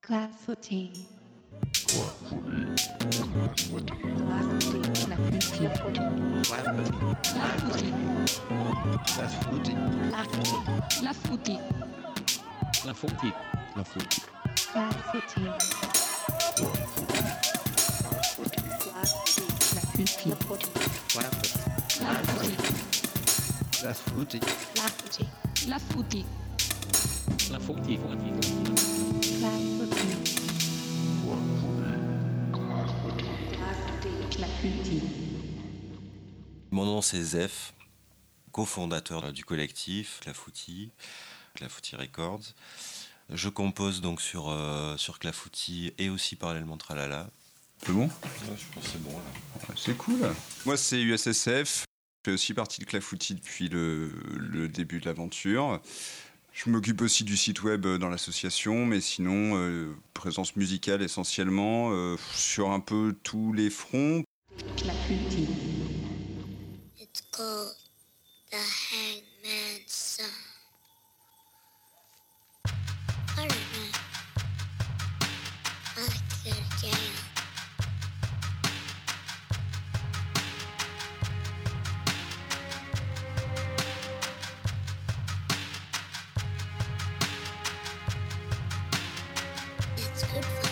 Clafouting. Mon nom c'est Zef, cofondateur du collectif Clafoutis Records. Je compose donc sur Clafoutis et aussi parallèlement Tralala. C'est bon ? Ouais, je pense que c'est bon là. C'est cool. Moi c'est USSF, je fais aussi partie de Clafoutis depuis le début de l'aventure. Je m'occupe aussi du site web dans l'association, mais sinon, présence musicale essentiellement, sur un peu tous les fronts. It's called The Hangman's Son. I don't know. I like to go to jail. It's good fun.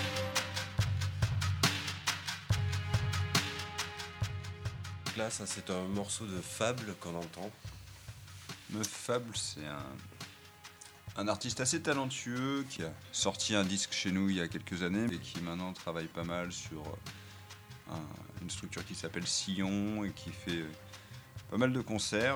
Là, ça c'est un morceau de Fable qu'on entend. Meuf Fable, c'est un artiste assez talentueux qui a sorti un disque chez nous il y a quelques années et qui maintenant travaille pas mal sur une structure qui s'appelle Sillon et qui fait pas mal de concerts,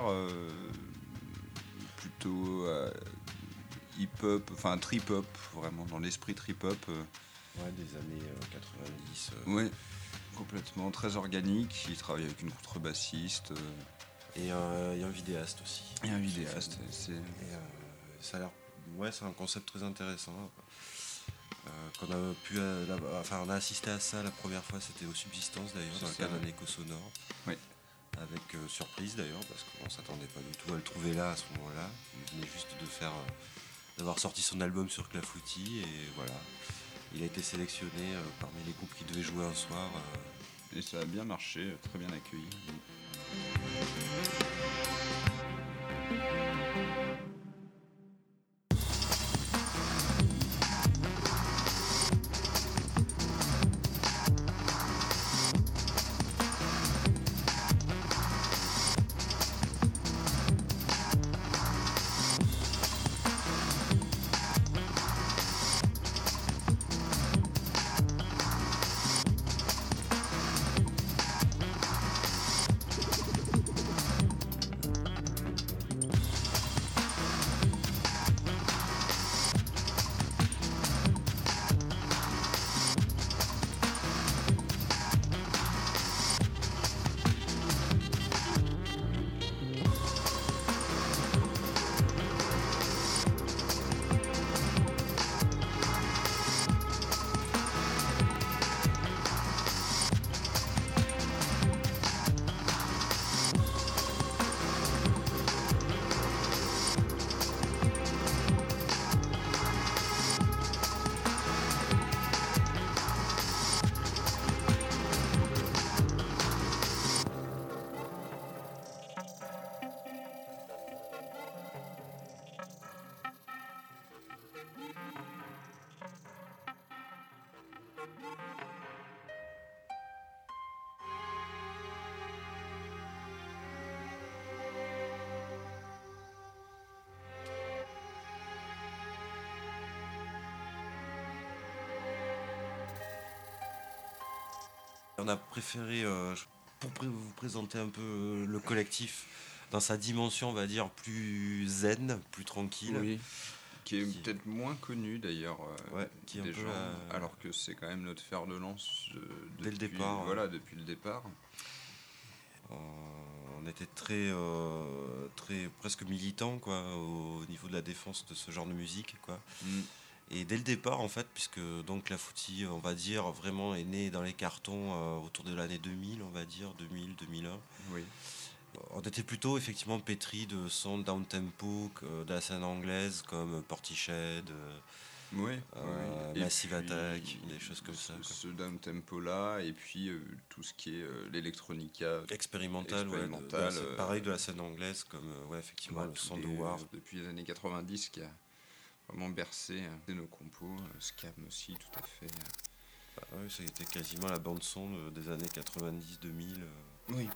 plutôt hip-hop, enfin trip-hop, vraiment dans l'esprit trip-hop. Ouais, des années 90. Oui, complètement, très organique. Il travaille avec une contrebassiste. Et il y a un vidéaste aussi. Et un vidéaste. Ça a l'air... Ouais, c'est un concept très intéressant. Qu'on a pu... on a assisté à ça la première fois, c'était aux Subsistances d'ailleurs, dans le cadre d'un écho sonore. Oui. Avec surprise d'ailleurs, parce qu'on s'attendait pas du tout à le trouver là à ce moment-là. Il venait juste d'avoir sorti son album sur Clafoutis et voilà. Il a été sélectionné parmi les groupes qui devaient jouer un soir. Et ça a bien marché, très bien accueilli. On a préféré, pour vous présenter un peu le collectif, dans sa dimension, on va dire, plus zen, plus tranquille. Oui. Qui est peut-être moins connu d'ailleurs qui est des un peu gens, alors que c'est quand même notre fer de lance dès le départ. Voilà, depuis le départ. On était très presque militants quoi, au niveau de la défense de ce genre de musique quoi. Et dès le départ en fait, puisque donc Clafoutis on va dire vraiment est né dans les cartons autour de l'année 2000 on va dire 2000-2001. Oui. On était plutôt effectivement pétris de sons down tempo de la scène anglaise comme Portishead, Oui, Massive Attack, des choses comme ça. Ce down tempo là, et puis tout ce qui est l'électronica expérimental, c'est pareil de la scène anglaise, comme effectivement le son de War. Depuis les années 90, qui a vraiment bercé nos compos, Scam aussi, tout à fait. C'était quasiment la bande-son des années 90-2000. Oui.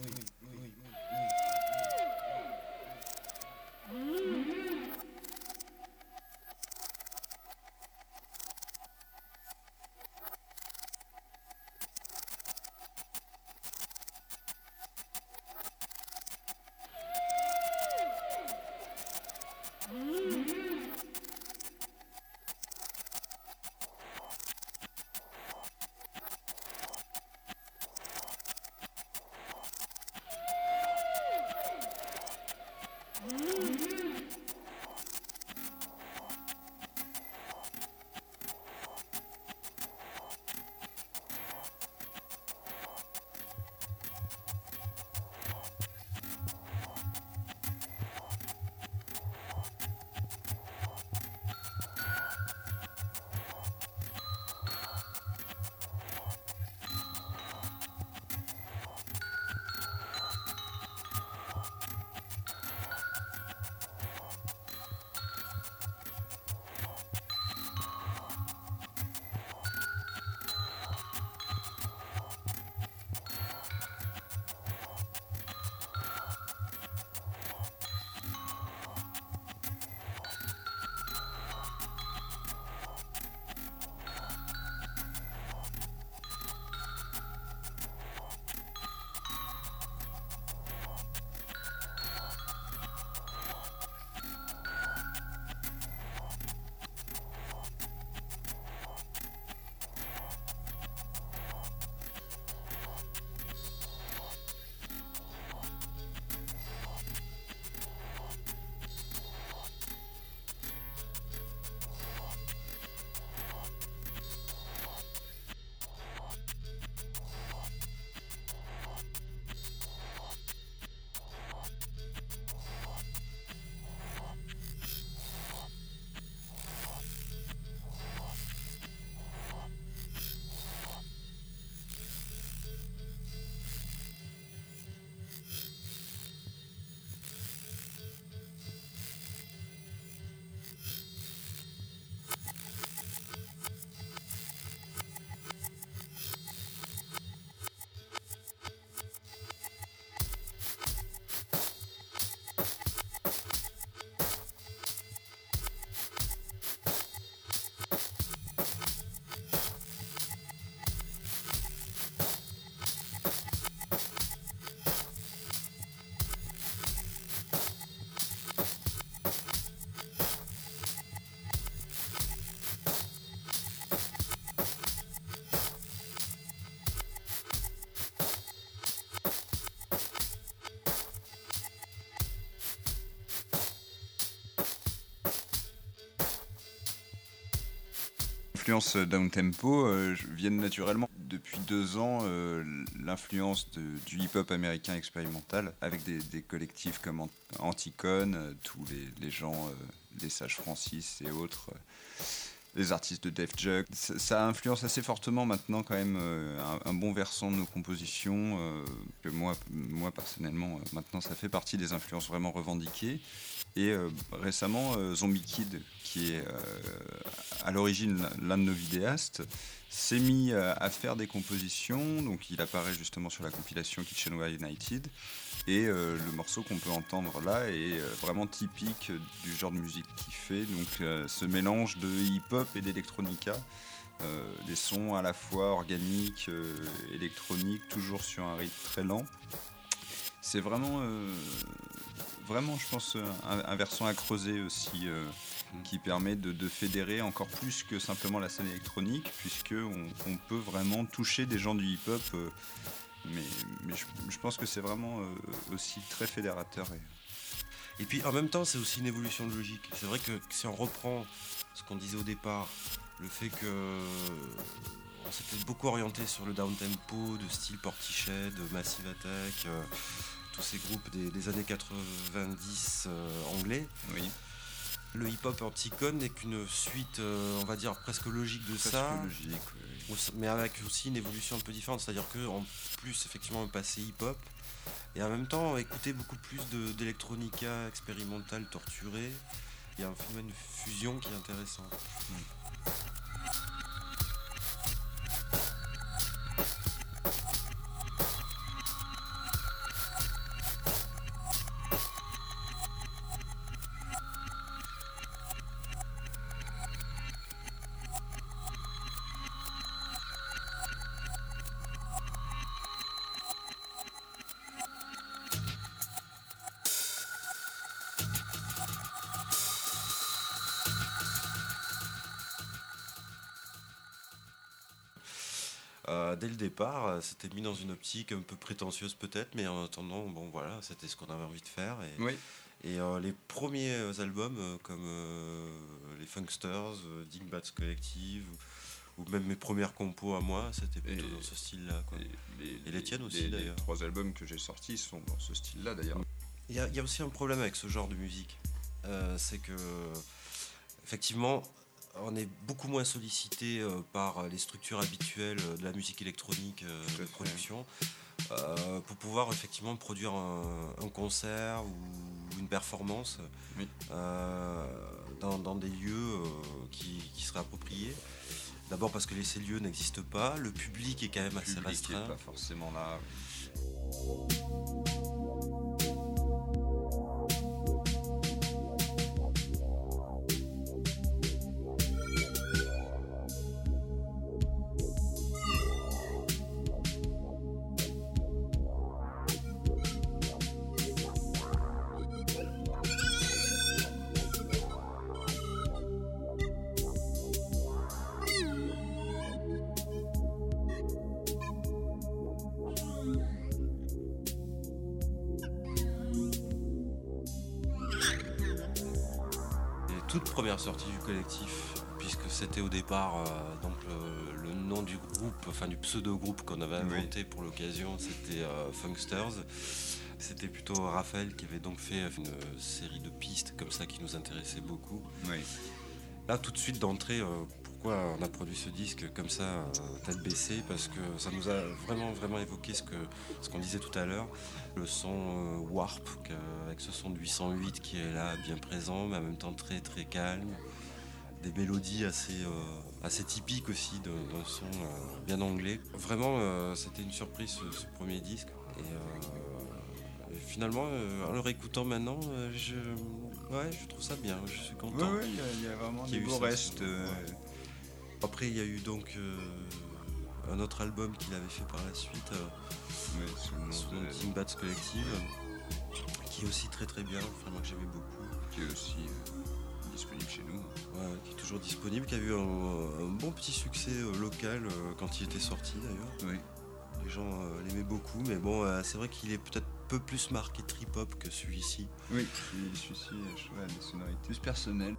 L'influence down-tempo viennent naturellement. Depuis 2 ans, l'influence du hip-hop américain expérimental, avec des collectifs comme Anticon, tous les gens, les Sages Francis et autres, les artistes de Def Jug. Ça influence assez fortement maintenant quand même un bon versant de nos compositions, que moi personnellement, maintenant ça fait partie des influences vraiment revendiquées. Et récemment, Zombie Kid, qui est à l'origine l'un de nos vidéastes, s'est mis à faire des compositions. Donc il apparaît justement sur la compilation Kitchenware United. Et le morceau qu'on peut entendre là est vraiment typique du genre de musique qu'il fait. Donc ce mélange de hip-hop et d'électronica. Des sons à la fois organiques, électroniques, toujours sur un rythme très lent. C'est vraiment, je pense, un versant à creuser aussi, qui permet de fédérer encore plus que simplement la scène électronique, puisqu'on peut vraiment toucher des gens du hip-hop, mais je pense que c'est vraiment aussi très fédérateur. Et puis en même temps, c'est aussi une évolution de logique. C'est vrai que si on reprend ce qu'on disait au départ, le fait que on s'était beaucoup orienté sur le down-tempo de style Portichet, de Massive Attack, tous ces groupes des années 90 anglais. Oui. Le hip-hop Anticon n'est qu'une suite, on va dire, presque logique de ça. Logique, oui. Mais avec aussi une évolution un peu différente. C'est-à-dire qu'en plus, effectivement, on passait hip-hop. Et en même temps, écouter beaucoup plus d'électronica expérimentale torturée. Il y a un phénomène de fusion qui est intéressant. Dès le départ, c'était mis dans une optique un peu prétentieuse peut-être, mais en attendant, bon voilà, c'était ce qu'on avait envie de faire. Oui. Et les premiers albums, comme les Funksters, Dingbats Collective, ou même mes premières compos à moi, c'était plutôt dans ce style-là, quoi. Et les tiennes aussi, d'ailleurs. Les 3 albums que j'ai sortis sont dans ce style-là, d'ailleurs. Il y a aussi un problème avec ce genre de musique. C'est que, effectivement, on est beaucoup moins sollicité par les structures habituelles de la musique électronique de production pour pouvoir effectivement produire un concert ou une performance dans des lieux qui seraient appropriés. D'abord parce que ces lieux n'existent pas, le public est quand même assez restreint. Le public n'est pas forcément là. Toute première sortie du collectif, puisque c'était au départ donc le nom du groupe, enfin du pseudo-groupe qu'on avait inventé pour l'occasion, c'était Funksters. C'était plutôt Raphaël qui avait donc fait une série de pistes comme ça qui nous intéressait beaucoup. Oui. Là, tout de suite d'entrée, pourquoi on a produit ce disque comme ça, tête baissée, parce que ça nous a vraiment évoqué ce qu'on disait tout à l'heure, le son Warp, avec ce son de 808 qui est là, bien présent, mais en même temps très très calme, des mélodies assez typiques aussi d'un son bien anglais. Vraiment, c'était une surprise ce premier disque. Et finalement, en le réécoutant maintenant, je trouve ça bien, je suis content. Oui, il y a vraiment des beaux restes. Après, il y a eu donc un autre album qu'il avait fait par la suite, sous le nom de Dingbats Collective, qui est aussi très très bien, vraiment que j'aimais beaucoup. Qui est aussi disponible chez nous. Ouais, qui est toujours disponible, qui a eu un bon petit succès local quand il était sorti d'ailleurs. Oui. Les gens l'aimaient beaucoup, mais bon, c'est vrai qu'il est peut-être un peu plus marqué trip-hop que celui-ci. Oui, celui-ci, a des sonorités plus personnelles.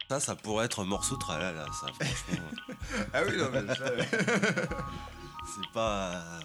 Ça pourrait être un morceau tralala, ça, franchement. Ah oui, non, mais ça, C'est pas.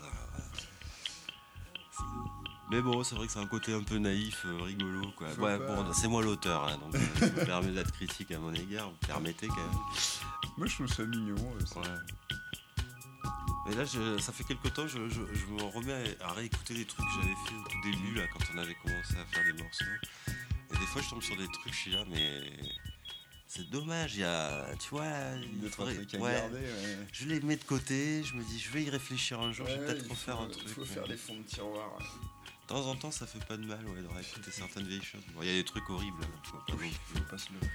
Mais bon, c'est vrai que c'est un côté un peu naïf, rigolo, quoi. Faut Ouais, pas- bon, c'est moi l'auteur, hein, donc je me permets d'être critique à mon égard, vous permettez quand même. moi je trouve ça mignon. Ça. Ouais. Mais là, ça fait quelque temps, je me remets à réécouter des trucs que j'avais fait au tout début, là, quand on avait commencé à faire des morceaux. Et des fois, je tombe sur des trucs, je suis là, mais c'est dommage, il y a, tu vois, Deux, trois trucs à ouais. garder. Ouais. Je les mets de côté, je me dis, je vais y réfléchir un jour, je vais Ouais, peut-être il refaire faut- un truc. Il faut ouais. faire les fonds de tiroir. De temps en temps, ça fait pas de mal, ouais, de réécouter certaines vieilles choses. Bon, il y a des trucs horribles, là, faut pas non plus. Faut pas se le.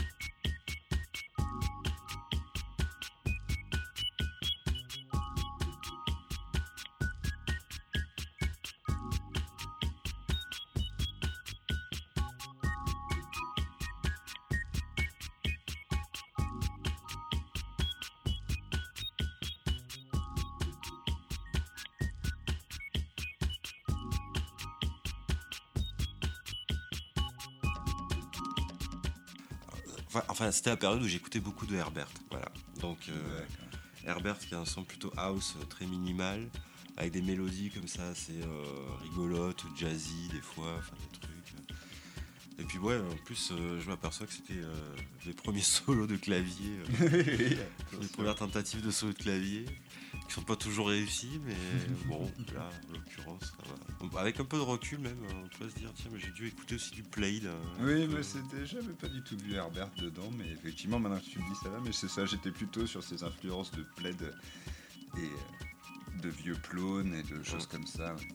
Enfin, c'était la période où j'écoutais beaucoup de Herbert, voilà. Donc, Herbert qui a un son plutôt house, très minimal, avec des mélodies comme ça, assez rigolotes, jazzy des fois, enfin des trucs. Et puis ouais, en plus, je m'aperçois que c'était les premiers solos de clavier, les premières tentatives de solos de clavier, qui sont pas toujours réussis, mais bon, là, en l'occurrence, ça va. Avec un peu de recul même, on peut se dire, tiens, mais j'ai dû écouter aussi du Played. Oui, mais c'était, j'avais pas du tout vu Herbert dedans, mais effectivement, maintenant que tu me dis ça va, mais c'est ça, j'étais plutôt sur ces influences de plaid et de vieux clones et de choses comme ça. Ouais.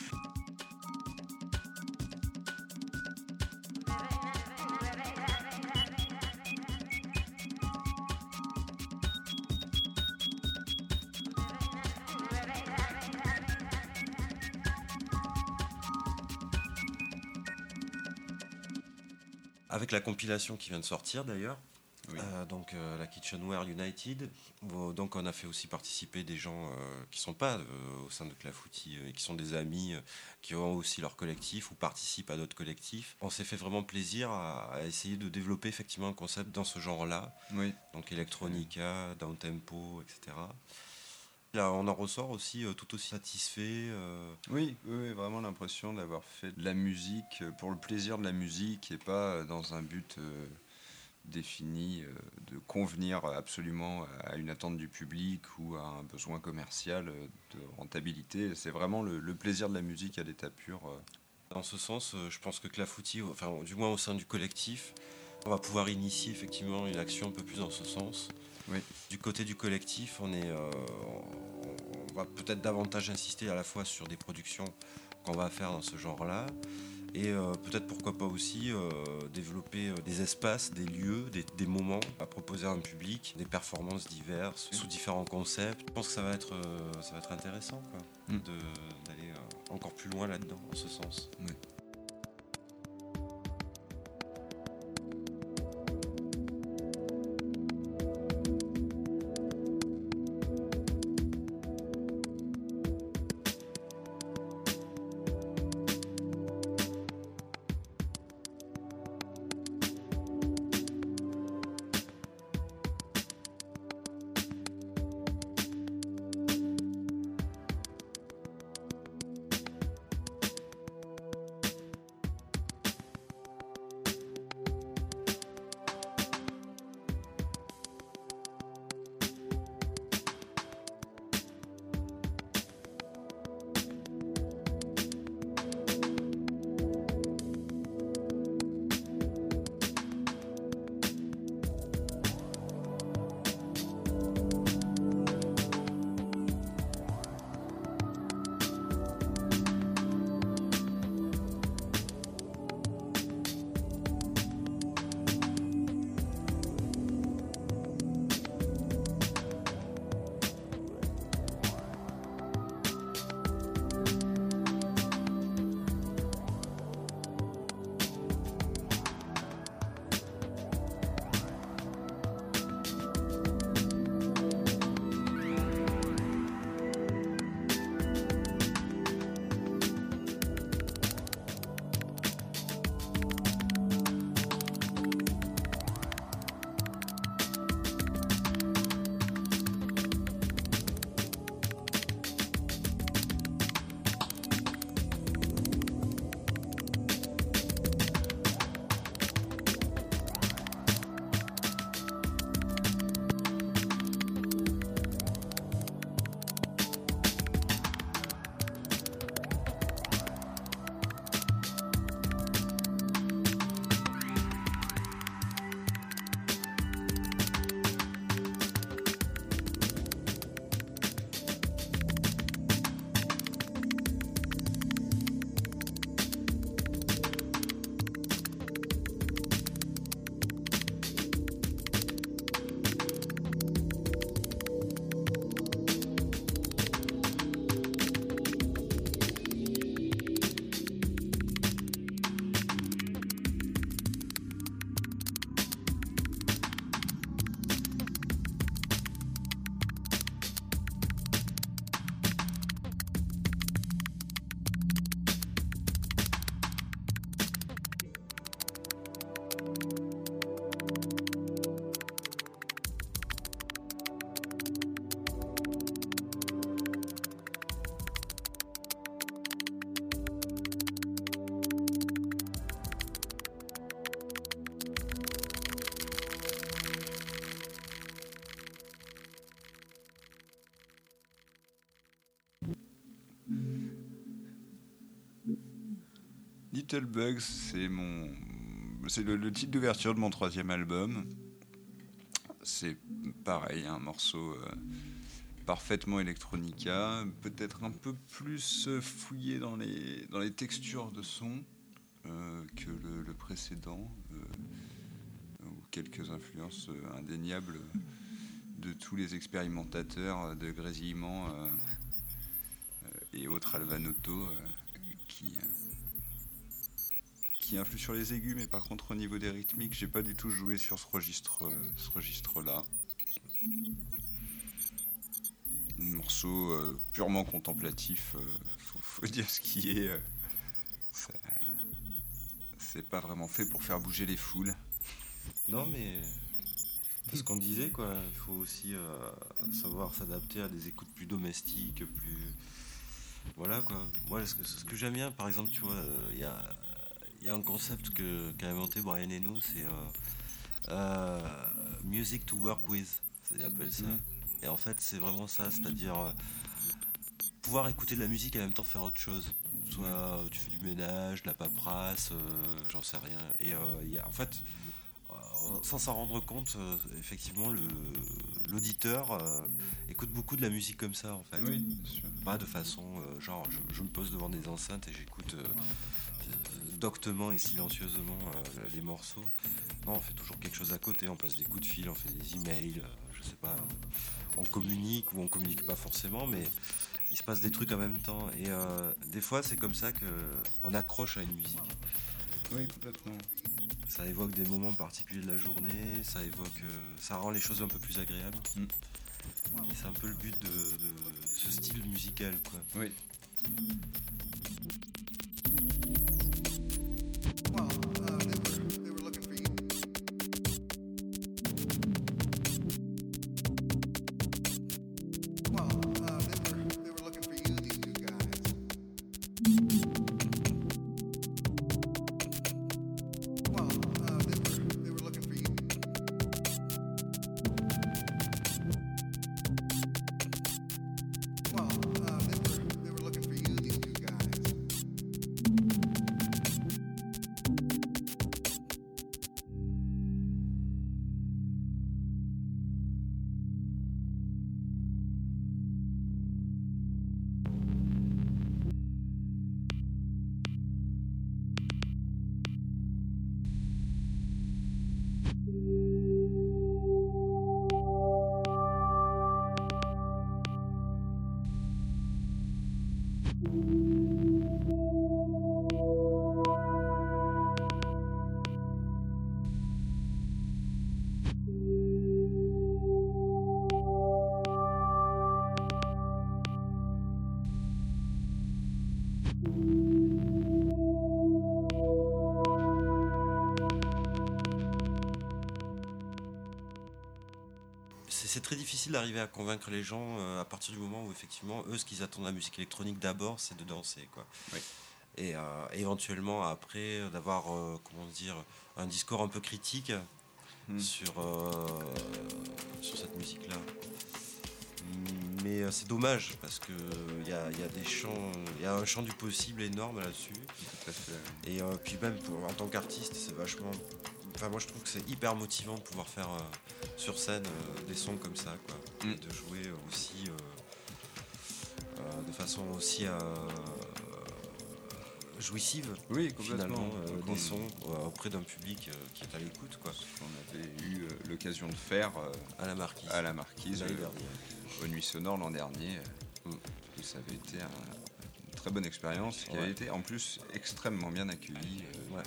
Avec la compilation qui vient de sortir d'ailleurs, Oui. donc la Kitchenware United, donc on a fait aussi participer des gens qui sont pas au sein de Clafoutis et qui sont des amis qui ont aussi leur collectif ou participent à d'autres collectifs. On s'est fait vraiment plaisir à essayer de développer effectivement un concept dans ce genre-là, Oui. donc electronica, downtempo, etc. Là, on en ressort aussi tout aussi satisfait. Oui, vraiment l'impression d'avoir fait de la musique pour le plaisir de la musique et pas dans un but défini de convenir absolument à une attente du public ou à un besoin commercial de rentabilité. C'est vraiment le plaisir de la musique à l'état pur. Dans ce sens, je pense que Clafoutis, enfin du moins au sein du collectif, on va pouvoir initier effectivement une action un peu plus dans ce sens. Oui. Du côté du collectif, on va peut-être davantage insister à la fois sur des productions qu'on va faire dans ce genre-là, et peut-être pourquoi pas aussi développer des espaces, des lieux, des moments à proposer à un public, des performances diverses, sous différents concepts. Je pense que ça va être intéressant quoi, d'aller encore plus loin là-dedans, en ce sens. Oui. Little Bugs, c'est le titre d'ouverture de mon 3e album. C'est pareil, un morceau parfaitement electronica, peut-être un peu plus fouillé dans les textures de son que le précédent, ou quelques influences indéniables de tous les expérimentateurs de grésillement et autres Alvanotto qui influent sur les aigus, mais par contre au niveau des rythmiques, j'ai pas du tout joué sur ce registre-là. Un morceau purement contemplatif, faut dire ce qui est. C'est pas vraiment fait pour faire bouger les foules. Non, mais c'est ce qu'on disait, quoi. Il faut aussi savoir s'adapter à des écoutes plus domestiques, plus. Voilà, quoi. Moi, ce que j'aime bien, par exemple, tu vois, il y a un concept qu'a inventé Brian Eno, c'est music to work with, ils appellent ça. Et en fait, c'est vraiment ça, c'est-à-dire pouvoir écouter de la musique et en même temps faire autre chose. Soit tu fais du ménage, de la paperasse, j'en sais rien. Et en fait, sans s'en rendre compte, effectivement, l'auditeur écoute beaucoup de la musique comme ça, en fait. Oui, bien sûr. Pas de façon, genre, je me pose devant des enceintes et j'écoute doctement et silencieusement les morceaux. Non, on fait toujours quelque chose à côté, on passe des coups de fil, on fait des emails, je sais pas, on communique ou on communique pas forcément, mais il se passe des trucs en même temps. Et des fois, c'est comme ça qu'on accroche à une musique. Oui, complètement. Ça évoque des moments particuliers de la journée, ça rend les choses un peu plus agréables. Et c'est un peu le but de ce style musical, quoi. Oui. C'est très difficile d'arriver à convaincre les gens à partir du moment où effectivement eux ce qu'ils attendent de la musique électronique d'abord c'est de danser, quoi. Oui. Et éventuellement après d'avoir comment dire un discours un peu critique sur cette musique là. Mais c'est dommage parce que il y a des champs, il y a un champ du possible énorme là-dessus. Tout à fait. Et puis même en tant qu'artiste c'est vachement. Enfin, moi je trouve que c'est hyper motivant de pouvoir faire sur scène des sons comme ça, quoi. Et de jouer aussi de façon aussi jouissive. Oui, complètement. Finalement, des sons auprès d'un public qui est à l'écoute, quoi. Ce qu'on avait eu l'occasion de faire à la Marquise. L'année dernière. Aux Nuits Sonores l'an dernier. Ça avait été une très bonne expérience qui avait été en plus extrêmement bien accueillie. Ouais.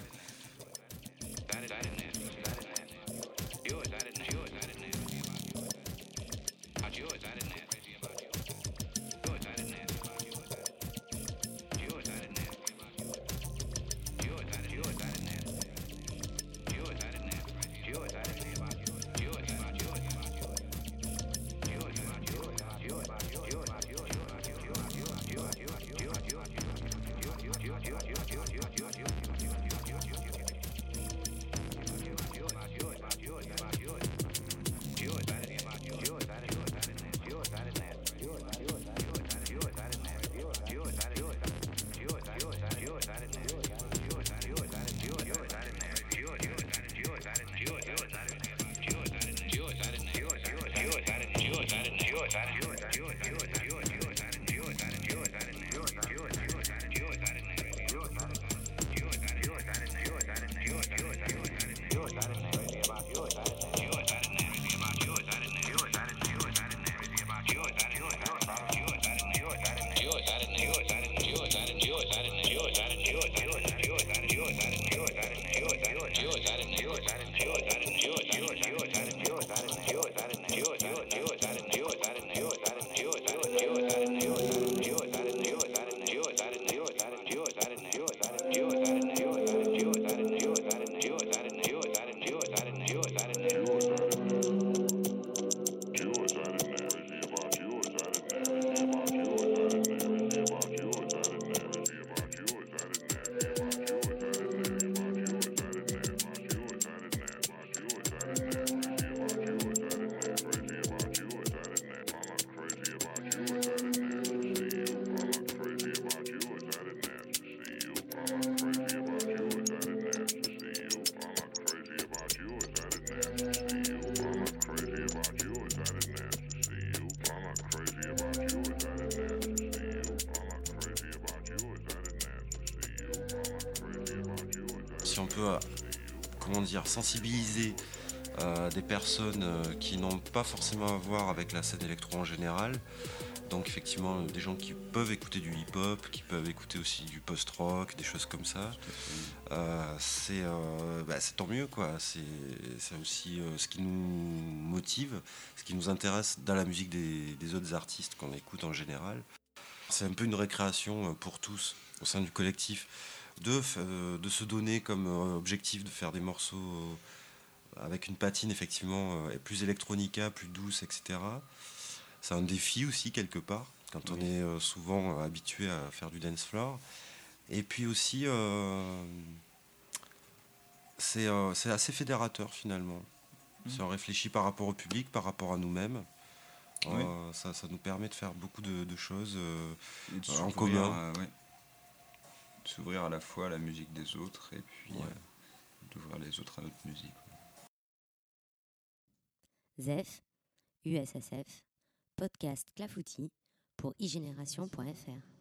suis un peu, sensibilisé des personnes qui n'ont pas forcément à voir avec la scène électro en général. Donc effectivement, des gens qui peuvent écouter du hip-hop, qui peuvent écouter aussi du post-rock, des choses comme ça. C'est tant mieux, quoi. C'est aussi ce qui nous motive, ce qui nous intéresse dans la musique des autres artistes qu'on écoute en général. C'est un peu une récréation pour tous au sein du collectif de se donner comme objectif de faire des morceaux avec une patine effectivement plus électronica, plus douce, etc. C'est un défi aussi quelque part, quand on est souvent habitué à faire du dance floor. Et puis aussi, c'est assez fédérateur finalement. Si on réfléchit par rapport au public, par rapport à nous-mêmes, ça nous permet de faire beaucoup de choses en commun. De s'ouvrir à la fois à la musique des autres et puis d'ouvrir les autres à notre musique. ZEF, USSF, podcast Clafoutis pour iGénération.fr.